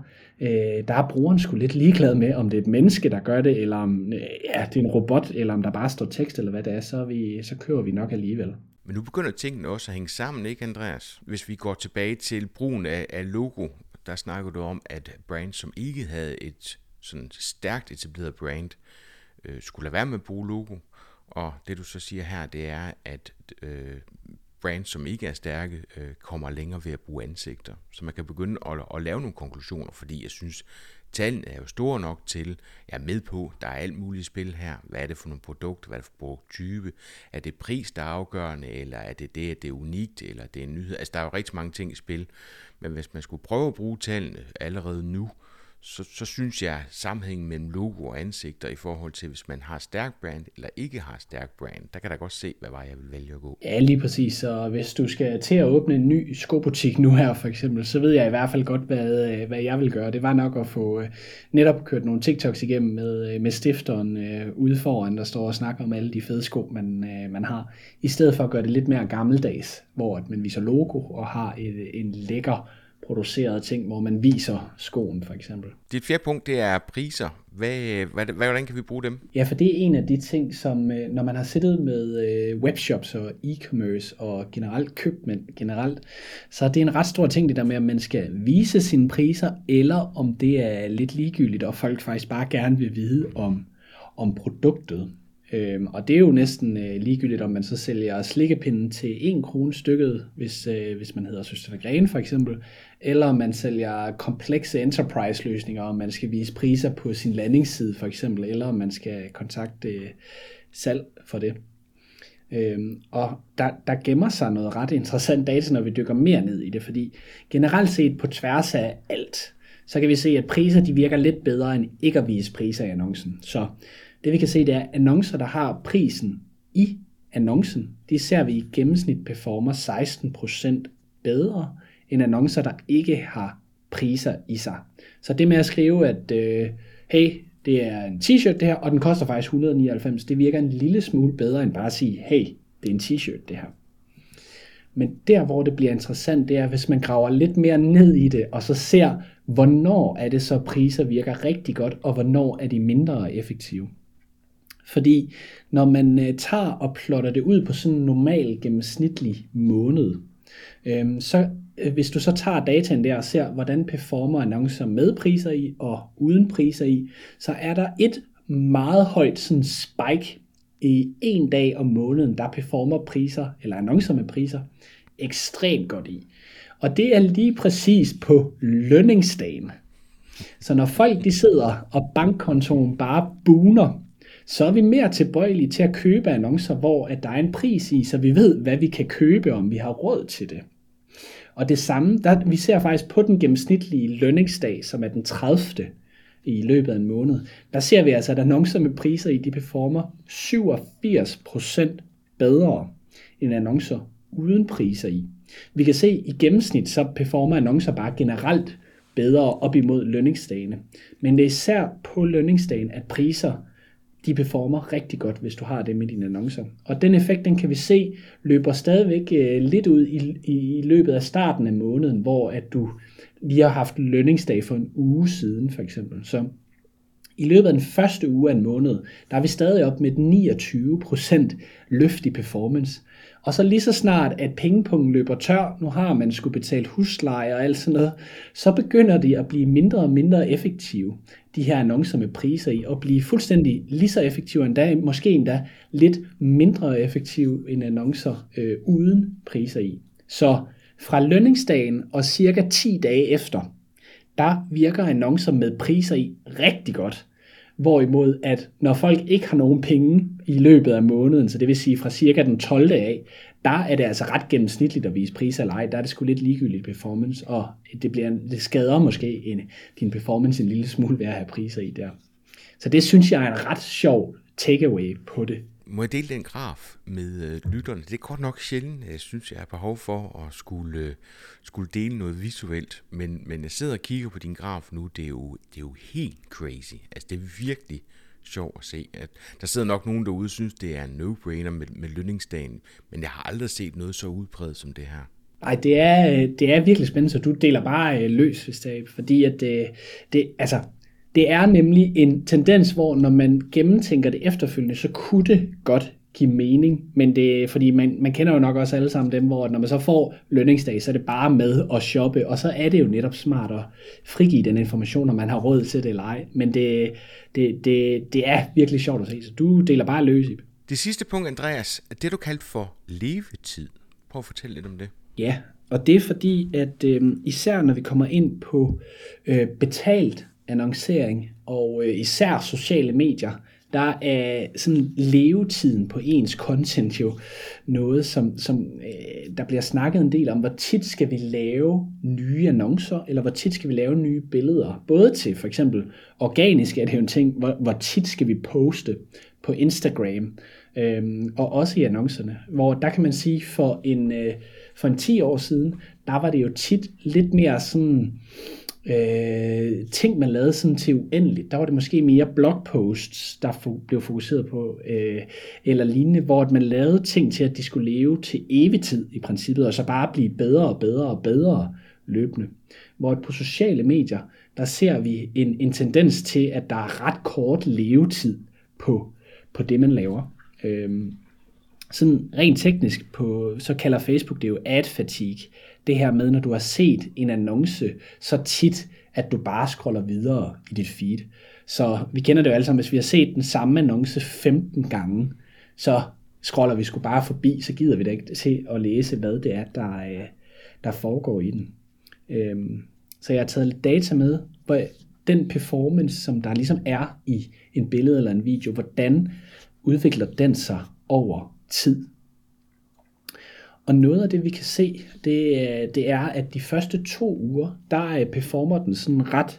er brugeren sgu lidt ligeglad med, om det er et menneske, der gør det, eller om det er en robot, eller om der bare står tekst, eller hvad det er, så køber vi nok alligevel. Men nu begynder tingene også at hænge sammen, ikke Andreas? Hvis vi går tilbage til brugen af logo, der snakker du om, at brands, som ikke havde et sådan stærkt etableret brand, skulle lade være med at bruge logo. Og det du så siger her, det er, at brands, som ikke er stærke, kommer længere ved at bruge ansigter. Så man kan begynde at lave nogle konklusioner, fordi jeg synes, tallene er jo store nok til, jeg er med på, der er alt muligt spil her. Hvad er det for nogle produkter? Hvad er det for produkttype? Er det pris, der er afgørende? Eller er det at det er unikt? Eller det er en nyhed? Altså, der er jo rigtig mange ting i spil. Men hvis man skulle prøve at bruge tallene allerede nu, så synes jeg sammenhængen mellem logo og ansigter i forhold til, hvis man har stærk brand eller ikke har stærk brand, der kan der godt se, hvad vej jeg vil vælge at gå. Ja, lige præcis. Så hvis du skal til at åbne en ny skobutik nu her for eksempel, så ved jeg i hvert fald godt, hvad jeg vil gøre. Det var nok at få netop kørt nogle TikToks igennem med stifteren ude foran, der står og snakker om alle de fede sko, man har, i stedet for at gøre det lidt mere gammeldags, hvor at man viser logo og har en lækker produceret ting, hvor man viser skoen for eksempel. Dit fjerde punkt, det er priser. Hvordan kan vi bruge dem? Ja, for det er en af de ting, som når man har siddet med webshops og e-commerce og generelt købmænd generelt, så det er en ret stor ting, det der med, at man skal vise sine priser, eller om det er lidt ligegyldigt, og folk faktisk bare gerne vil vide om produktet. Og det er jo næsten ligegyldigt, om man så sælger slikkepinden til 1 krone stykket, hvis man hedder Søster Grene for eksempel, eller om man sælger komplekse enterprise-løsninger, og man skal vise priser på sin landingsside for eksempel, eller om man skal kontakte salg for det. Og der gemmer sig noget ret interessant data, når vi dykker mere ned i det, fordi generelt set på tværs af alt, så kan vi se, at priser de virker lidt bedre end ikke at vise priser i annoncen. Så det vi kan se, det er annoncer, der har prisen i annoncen, de ser vi i gennemsnit performer 16% bedre end annoncer, der ikke har priser i sig. Så det med at skrive, at hey, det er en t-shirt det her, og den koster faktisk 199, det virker en lille smule bedre end bare at sige, hey, det er en t-shirt det her. Men der, hvor det bliver interessant, det er, hvis man graver lidt mere ned i det, og så ser, hvornår er det så priser virker rigtig godt, og hvornår er de mindre effektive. Fordi når man tager og plotter det ud på sådan en normal gennemsnitlig måned, så hvis du så tager dataen der og ser, hvordan performer annoncer med priser i og uden priser i, så er der et meget højt sådan spike i en dag om måneden, der performer priser, eller annoncer med priser, ekstremt godt i. Og det er lige præcis på lønningsdagen. Så når folk de sidder, og bankkontoen bare booner, så er vi mere tilbøjelige til at købe annoncer, hvor at der er en pris i, så vi ved, hvad vi kan købe, om vi har råd til det. Og det samme, vi ser faktisk på den gennemsnitlige lønningsdag, som er den 30. i løbet af en måned, der ser vi altså, at annoncer med priser i, de performer 87% bedre end annoncer uden priser i. Vi kan se, at i gennemsnit, så performer annoncer bare generelt bedre op imod lønningsdagene. Men det er især på lønningsdagen, at priser de performer rigtig godt, hvis du har det med dine annoncer. Og den effekt, den kan vi se, løber stadigvæk lidt ud i løbet af starten af måneden, hvor at du lige har haft lønningsdag for en uge siden, for eksempel. Så I løbet af den første uge af en måned, der er vi stadig op med et 29% løft i performance. Og så lige så snart, at pengepunkten løber tør, nu har man skulle betale husleje og alt sådan noget, så begynder de at blive mindre og mindre effektive, de her annoncer med priser i, og blive fuldstændig lige så effektive endda, måske endda lidt mindre effektive end annoncer uden priser i. Så fra lønningsdagen og cirka 10 dage efter, der virker annoncer med priser i rigtig godt. Hvorimod, at når folk ikke har nogen penge i løbet af måneden, så det vil sige fra cirka den 12. af, der er det altså ret gennemsnitligt at vise priser eller ej. Der er det sgu lidt ligegyldigt performance, og det skader måske din performance en lille smule ved at have priser i der. Så det synes jeg er en ret sjov takeaway på det. Må jeg dele den graf med lytterne? Det er godt nok sjældent, jeg synes, jeg har behov for at skulle dele noget visuelt, men jeg sidder og kigger på din graf nu, det er jo helt crazy. Altså det er virkelig sjovt at se, at der sidder nok nogen derude, synes det er en no-brainer med lønningsdagen, men jeg har aldrig set noget så udbredt som det her. Nej, det er virkelig spændende, så du deler bare løs, hvis det er, fordi at det er nemlig en tendens, hvor når man gennemtænker det efterfølgende, så kunne det godt give mening, men det fordi man kender jo nok også alle sammen dem, hvor når man så får lønningsdag, så er det bare med at shoppe, og så er det jo netop smart at frigive den information, når man har råd til det eller ej, men det er virkelig sjovt at se, så du deler bare løs i. Det sidste punkt, Andreas, er det du kaldte for levetid. Prøv at fortælle lidt om det. Ja, og det er fordi, at især når vi kommer ind på betalt annoncering, og især sociale medier, der er sådan levetiden på ens content jo noget, som der bliver snakket en del om, hvor tit skal vi lave nye annoncer, eller hvor tit skal vi lave nye billeder, både til for eksempel organisk er det jo en ting, hvor tit skal vi poste på Instagram, og også i annoncerne, hvor der kan man sige, for en 10 år siden, der var det jo tit lidt mere sådan ting man lavede sådan til uendeligt. Der var det måske mere blogposts, der blev fokuseret på, eller lignende, hvor man lavede ting til, at de skulle leve til evig tid i princippet, og så bare blive bedre og bedre og bedre løbende. Hvor på sociale medier, der ser vi en tendens til, at der er ret kort levetid på det, man laver. Sådan rent teknisk så kalder Facebook det jo ad fatigue. Det her med, når du har set en annonce så tit, at du bare scroller videre i dit feed. Så vi kender det jo alle sammen, hvis vi har set den samme annonce 15 gange, så scroller vi sgu bare forbi, så gider vi da ikke til at læse, hvad det er, der foregår i den. Så jeg har taget lidt data med, hvor den performance, som der ligesom er i en billede eller en video, hvordan udvikler den sig over tid. Og noget af det, vi kan se, det er, at de første 2 uger, der performer den sådan ret,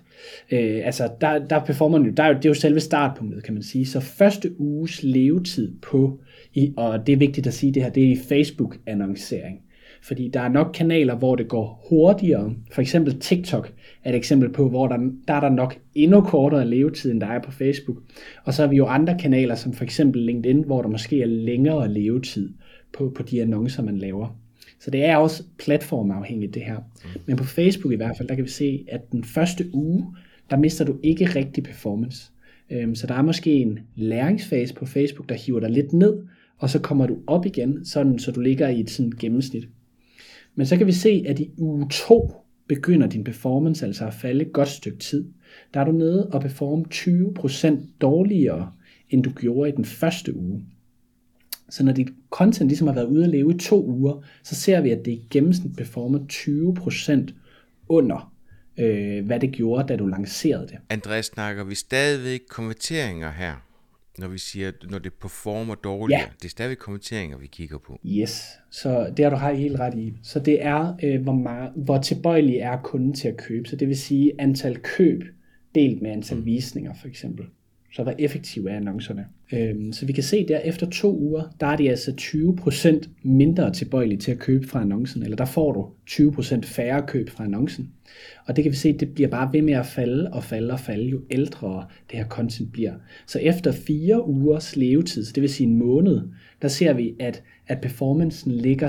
der performer den jo, det er jo selve startpunktet, kan man sige. Så første uges levetid og det er vigtigt at sige det her, det er i Facebook-annoncering. Fordi der er nok kanaler, hvor det går hurtigere. For eksempel TikTok er et eksempel på, hvor der er der nok endnu kortere levetid, end der er på Facebook. Og så har vi jo andre kanaler, som for eksempel LinkedIn, hvor der måske er længere levetid på de annoncer, man laver. Så det er også platformafhængigt det her. Men på Facebook i hvert fald, der kan vi se, at den første uge, der mister du ikke rigtig performance. Så der er måske en læringsfase på Facebook, der hiver dig lidt ned, og så kommer du op igen, sådan, så du ligger i et sådan gennemsnit. Men så kan vi se, at i uge 2 begynder din performance altså at falde et godt stykke tid. Der er du nede og performe 20% dårligere, end du gjorde i den første uge. Så når dit content ligesom har været ude at leve i 2 uger, så ser vi, at det i gennemsnit performer 20% under, hvad det gjorde, da du lancerede det. Andreas, snakker vi stadigvæk konverteringer her? Når vi siger, når det performer dårligt, ja. Det er stadig konverteringer, vi kigger på. Yes, så det har du helt ret i. Så det er, hvor tilbøjelig er kunden til at købe. Så det vil sige antal køb delt med antal visninger for eksempel. Så hvor effektive er annoncerne. Så vi kan se der efter 2 uger, der er det altså 20% mindre tilbøjelige til at købe fra annoncen, eller der får du 20% færre køb fra annoncen. Og det kan vi se, det bliver bare ved med at falde og falde og falde, jo ældre det her content bliver. Så efter 4 ugers levetid, så det vil sige en måned, der ser vi, at performancen ligger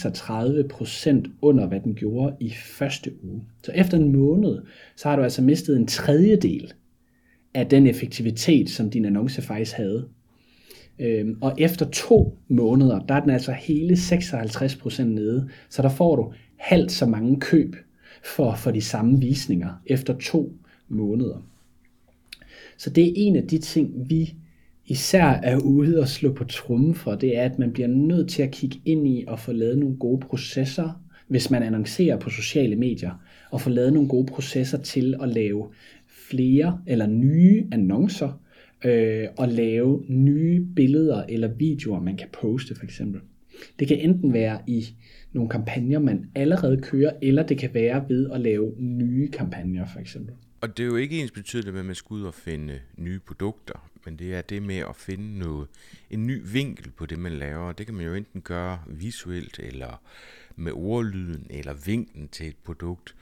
36% under, hvad den gjorde i første uge. Så efter en måned, så har du altså mistet en tredjedel af den effektivitet, som din annonce faktisk havde. Og efter 2 måneder, der er den altså hele 56% nede, så der får du halvt så mange køb for de samme visninger efter 2 måneder. Så det er en af de ting, vi især er ude og slå på trommen for, det er, at man bliver nødt til at kigge ind i og få lavet nogle gode processer, hvis man annoncerer på sociale medier, og få lavet nogle gode processer til at lave flere eller nye annoncer, og lave nye billeder eller videoer, man kan poste for eksempel. Det kan enten være i nogle kampagner, man allerede kører, eller det kan være ved at lave nye kampagner for eksempel. Og det er jo ikke ens betydende med, at man skal ud og finde nye produkter, men det er det med at finde en ny vinkel på det, man laver. Det kan man jo enten gøre visuelt, eller med ordlyden, eller vinklen til et produkt.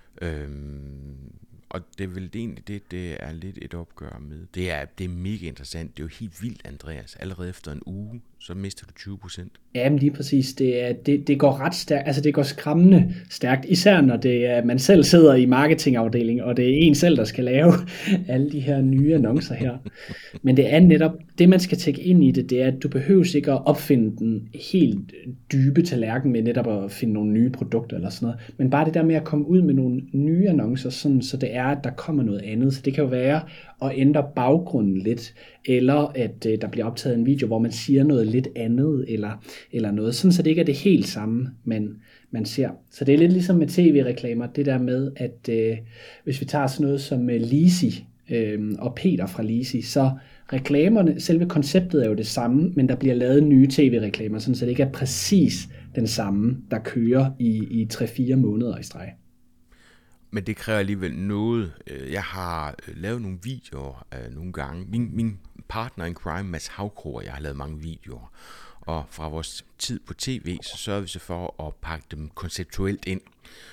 Og det er vel egentlig det er lidt et opgør med. Det er mega interessant. Det er jo helt vildt, Andreas. Allerede efter en uge, så mister du 20%. Ja, men lige præcis. Det går ret stærkt. Altså det går skræmmende stærkt. Især når det er, man selv sidder i marketingafdelingen, og det er en selv, der skal lave alle de her nye annoncer her. Men det er netop, det man skal tænke ind i det er, at du behøver ikke at opfinde den helt dybe tallerken med netop at finde nogle nye produkter eller sådan noget. Men bare det der med at komme ud med nogle nye annoncer, sådan, så det er, at der kommer noget andet. Så det kan jo være at ændre baggrunden lidt, eller at der bliver optaget en video, hvor man siger noget lidt andet, eller noget, sådan så det ikke er det helt samme, man ser. Så det er lidt ligesom med tv-reklamer, det der med, at hvis vi tager sådan noget som Lisi og Peter fra Lisi, så reklamerne, selve konceptet er jo det samme, men der bliver lavet nye tv-reklamer, sådan så det ikke er præcis den samme, der kører i 3-4 måneder i streg. Men det kræver alligevel noget. Jeg har lavet nogle videoer nogle gange. Min partner in crime, Mads Havkroger, jeg har lavet mange videoer. Og fra vores tid på tv, så sørger vi så for at pakke dem konceptuelt ind.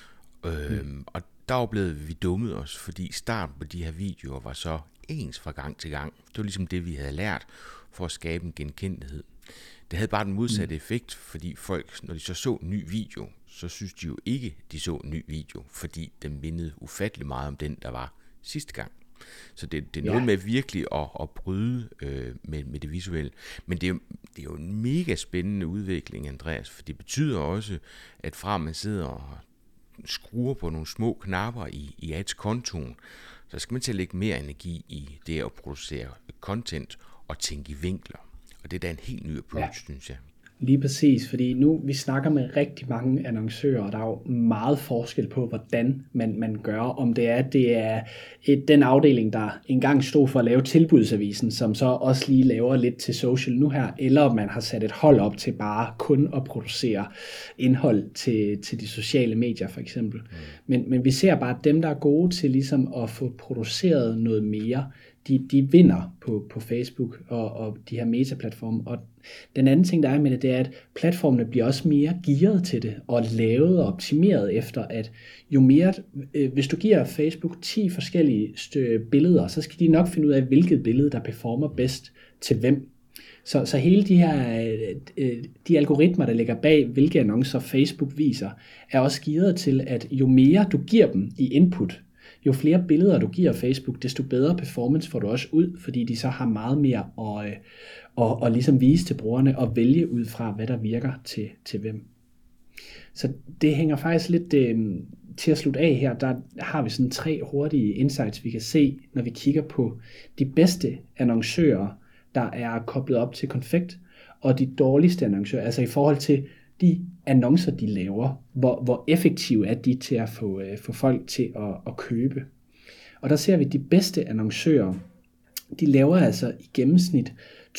Og der oplevede vi dummet os, fordi starten på de her videoer var så ens fra gang til gang. Det var ligesom det, vi havde lært for at skabe en genkendelighed. Det havde bare den modsatte effekt, fordi folk, når de så en ny video, så synes de jo ikke, de så en ny video, fordi den mindede ufattelig meget om den, der var sidste gang. Så det er noget med virkelig at bryde med det visuelle. Men det er jo en mega spændende udvikling, Andreas, for det betyder også, at fra man sidder og skruer på nogle små knapper i ads-kontoen, så skal man til at lægge mere energi i det at producere content og tænke i vinkler. Og det er da en helt ny approach, synes jeg. Lige præcis, fordi nu vi snakker med rigtig mange annoncører, og der er jo meget forskel på, hvordan man gør, om det er den afdeling, der engang stod for at lave tilbudsavisen, som så også lige laver lidt til social nu her, eller om man har sat et hold op til bare kun at producere indhold til de sociale medier for eksempel. Men vi ser bare, at dem, der er gode til ligesom at få produceret noget mere, de vinder på Facebook og de her metaplatforme. Og den anden ting, der er med det, er, at platformene bliver også mere gearet til det, og lavet og optimeret efter, at jo mere, hvis du giver Facebook 10 forskellige billeder, så skal de nok finde ud af, hvilket billede, der performer bedst til hvem. Så hele de algoritmer, der ligger bag, hvilke annoncer Facebook viser, er også gearet til, at jo mere du giver dem i input, jo flere billeder du giver Facebook, desto bedre performance får du også ud, fordi de så har meget mere at ligesom vise til brugerne og vælge ud fra, hvad der virker til hvem. Så det hænger faktisk lidt til at slutte af her. Der har vi sådan 3 hurtige insights, vi kan se, når vi kigger på de bedste annoncører, der er koblet op til Konfekt, og de dårligste annoncører, altså i forhold til de annoncer, de laver, hvor effektive er de til at få folk til at købe. Og der ser vi, at de bedste annoncører, de laver altså i gennemsnit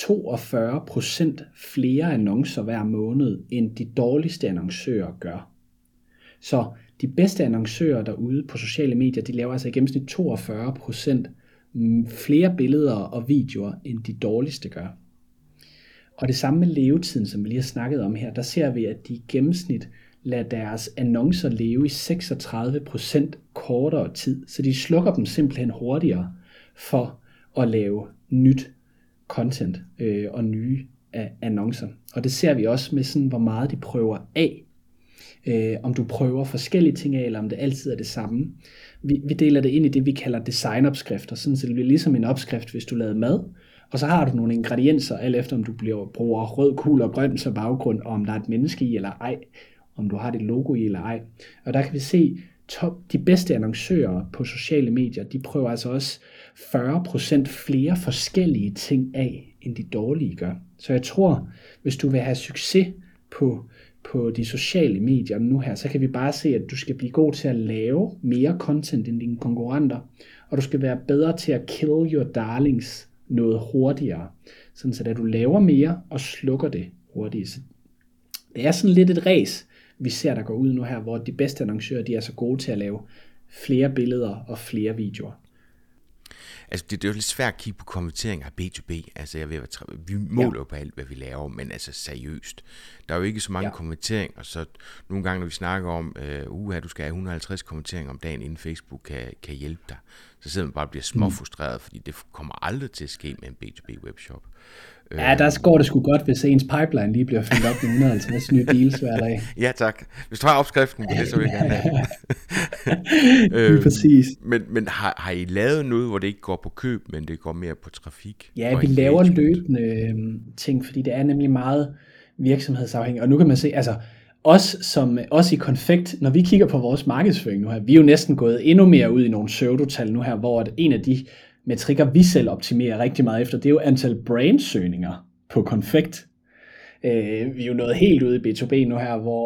42% flere annoncer hver måned, end de dårligste annoncører gør. Så de bedste annoncører derude på sociale medier, de laver altså i gennemsnit 42% flere billeder og videoer, end de dårligste gør. Og det samme med levetiden, som vi lige har snakket om her, der ser vi, at de i gennemsnit lader deres annoncer leve i 36% kortere tid. Så de slukker dem simpelthen hurtigere for at lave nyt content og nye annoncer. Og det ser vi også med sådan, hvor meget de prøver af. Om du prøver forskellige ting af, eller om det altid er det samme. vi deler det ind i det, vi kalder designopskrifter, sådan så det bliver ligesom en opskrift, hvis du lavede mad, og så har du nogle ingredienser, alt efter om du bruger rød, gul og grøn som baggrund, og om der er et menneske i eller ej, om du har dit logo i eller ej. Og der kan vi se, de bedste annoncører på sociale medier, de prøver altså også 40% flere forskellige ting af, end de dårlige gør. Så jeg tror, hvis du vil have succes på de sociale medier nu her, så kan vi bare se, at du skal blive god til at lave mere content end dine konkurrenter, og du skal være bedre til at kill your darlings noget hurtigere, sådan så at du laver mere og slukker det hurtigt. Så det er sådan lidt et race, vi ser, der går ud nu her, hvor de bedste annoncører, de er så gode til at lave flere billeder og flere videoer. Altså, det er jo lidt svært at kigge på konvertering af B2B. Altså, vi måler jo på alt, hvad vi laver, men altså seriøst. Der er jo ikke så mange konverteringer, så nogle gange, når vi snakker om, du skal have 150 konverteringer om dagen, inden Facebook kan hjælpe dig, så sidder man bare og bliver småfrustreret, fordi det kommer aldrig til at ske med en B2B webshop. Ja, der går det sgu godt, hvis ens pipeline lige bliver fyldt op med 150 nye deals hver dag. Ja, tak. Hvis du har opskriften på det, så vil jeg gerne have. Præcis. Men har I lavet noget, hvor det ikke går på køb, men det går mere på trafik? Ja, vi laver løbende ting, fordi det er nemlig meget virksomhedsafhængigt. Og nu kan man se, altså os i Konfekt, når vi kigger på vores markedsføring nu her, vi er jo næsten gået endnu mere ud i nogle pseudotal nu her, hvor en af de metrikker, vi selv optimerer rigtig meget efter, det er jo antal brandsøgninger på Konfekt. Vi er jo nået helt ude i B2B nu her, hvor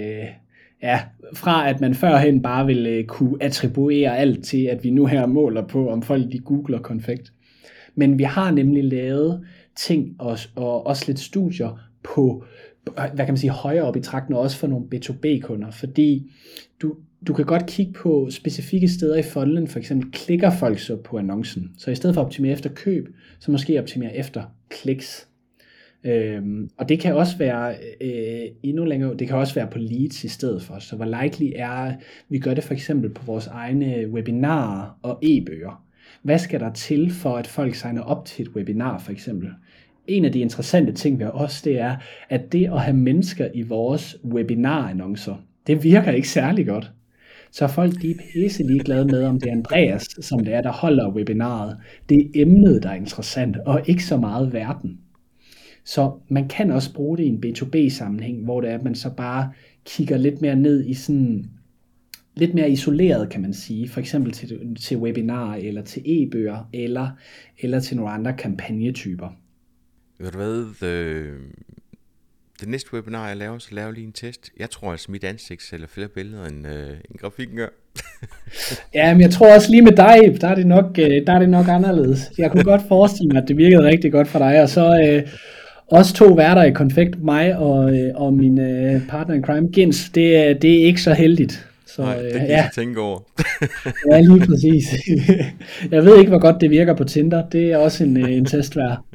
fra at man førhen bare ville kunne attribuere alt til, at vi nu her måler på, om folk de googler Konfekt. Men vi har nemlig lavet ting og også lidt studier på, hvad kan man sige, højere op i trakten, og også for nogle B2B-kunder, fordi du kan godt kigge på specifikke steder i funnelen, for eksempel klikker folk så på annoncen, så i stedet for at optimere efter køb, så måske optimere efter kliks. Og det kan også være endnu længere, det kan også være på leads i stedet for, så hvor likely er, vi gør det for eksempel på vores egne webinarer og e-bøger. Hvad skal der til for, at folk signer op til et webinar for eksempel? En af de interessante ting ved os, det er, at det at have mennesker i vores webinar-annoncer, det virker ikke særlig godt. Så folk de er pisse ligeglade med, om det er Andreas, som det er, der holder webinaret. Det er emnet, der er interessant, og ikke så meget verden. Så man kan også bruge det i en B2B-sammenhæng, hvor det er, at man så bare kigger lidt mere ned i sådan lidt mere isoleret, kan man sige. For eksempel til webinarer, eller til e-bøger, eller til nogle andre kampagnetyper. Ved du hvad, det næste webinar, jeg laver, så laver jeg lige en test. Jeg tror altså, mit ansigt sælger flere billeder, end grafikken gør. Ja, men jeg tror også lige med dig, der er det nok anderledes. Jeg kunne godt forestille mig, at det virkede rigtig godt for dig, og så også 2 værter i Konfekt, mig og min partner in crime, Gens, det er ikke så heldigt. Så, nej, det kan jeg tænke over. Ja, lige præcis. Jeg ved ikke, hvor godt det virker på Tinder. Det er også en test værd.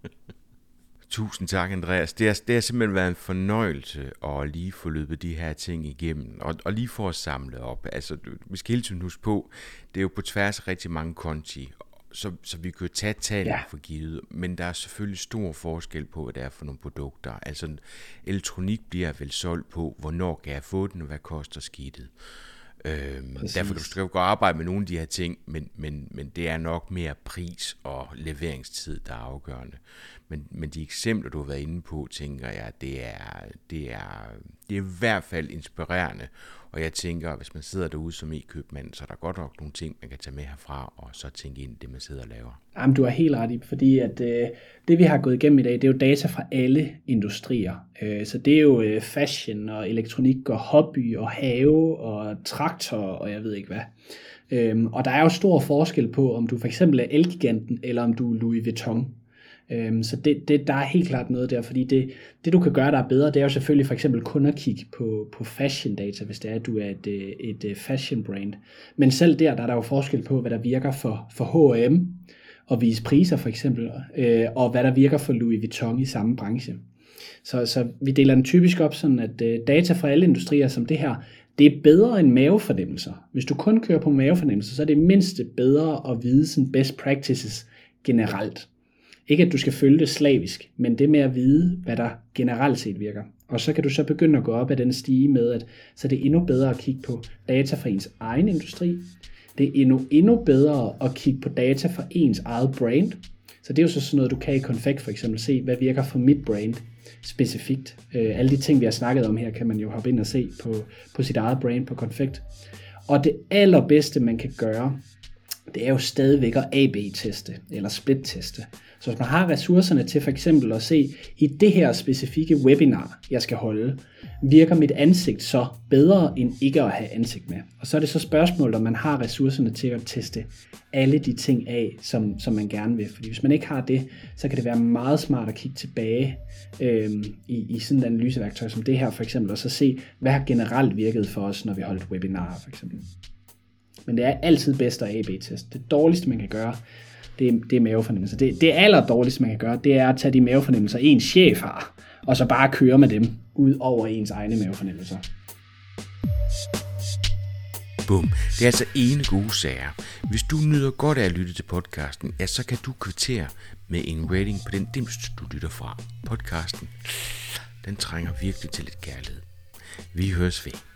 Tusind tak, Andreas. Det har simpelthen været en fornøjelse at lige få løbet de her ting igennem, og lige få at samle op. Altså, vi skal hele tiden huske på, det er jo på tværs af rigtig mange konti, så vi kan jo tage tallene for givet, men der er selvfølgelig stor forskel på, hvad det er for nogle produkter. Altså, elektronik bliver vel solgt på, hvornår kan jeg få den, og hvad koster skidtet. Derfor kan du godt arbejde med nogle af de her ting, men det er nok mere pris og leveringstid, der er afgørende. Men de eksempler, du har været inde på, tænker jeg, det er i hvert fald inspirerende. Og jeg tænker, hvis man sidder derude som e-købmand, så er der godt nok nogle ting, man kan tage med herfra, og så tænke ind det, man sidder og laver. Jamen, du har helt ret i, fordi at det, vi har gået igennem i dag, det er jo data fra alle industrier. Så det er jo fashion og elektronik og hobby og have og traktor og jeg ved ikke hvad. Og der er jo stor forskel på, om du for eksempel er Elgiganten, eller om du er Louis Vuitton. Så der er helt klart noget der, fordi det du kan gøre, der er bedre, det er jo selvfølgelig for eksempel kun at kigge på fashion data, hvis det er, at du er et fashion brand. Men selv der er der jo forskel på, hvad der virker for H&M og vise priser for eksempel, og hvad der virker for Louis Vuitton i samme branche. Så vi deler den typisk op sådan, at data fra alle industrier som det her, det er bedre end mavefornemmelser. Hvis du kun kører på mavefornemmelser, så er det mindst bedre at vide sådan best practices generelt. Ikke at du skal følge det slavisk, men det med at vide, hvad der generelt set virker. Og så kan du så begynde at gå op ad den stige med, at så det er endnu bedre at kigge på data fra ens egen industri, Det er endnu bedre at kigge på data fra ens eget brand. Så det er jo så sådan noget, du kan i Confect for eksempel se, hvad virker for mit brand specifikt. Alle de ting, vi har snakket om her, kan man jo hoppe ind og se på sit eget brand på Confect. Og det allerbedste, man kan gøre, det er jo stadigvæk at AB-teste eller split-teste. Så hvis man har ressourcerne til for eksempel at se, i det her specifikke webinar, jeg skal holde, virker mit ansigt så bedre end ikke at have ansigt med. Og så er det så spørgsmålet, om man har ressourcerne til at teste alle de ting af, som man gerne vil. Fordi hvis man ikke har det, så kan det være meget smart at kigge tilbage i sådan et analyseværktøj som det her for eksempel, og så se, hvad har generelt virket for os, når vi holdt webinarer for eksempel. Men det er altid bedst at AB-teste. Det dårligste, man kan gøre, det er mavefornemmelser. Det aller dårligste, man kan gøre, det er at tage de mavefornemmelser, ens chef har, og så bare køre med dem ud over ens egne mavefornemmelser. Bum. Det er altså ene gode sager. Hvis du nyder godt af at lytte til podcasten, ja, så kan du kvittere med en rating på den dimst, du lytter fra. Podcasten, den trænger virkelig til lidt kærlighed. Vi høres ved.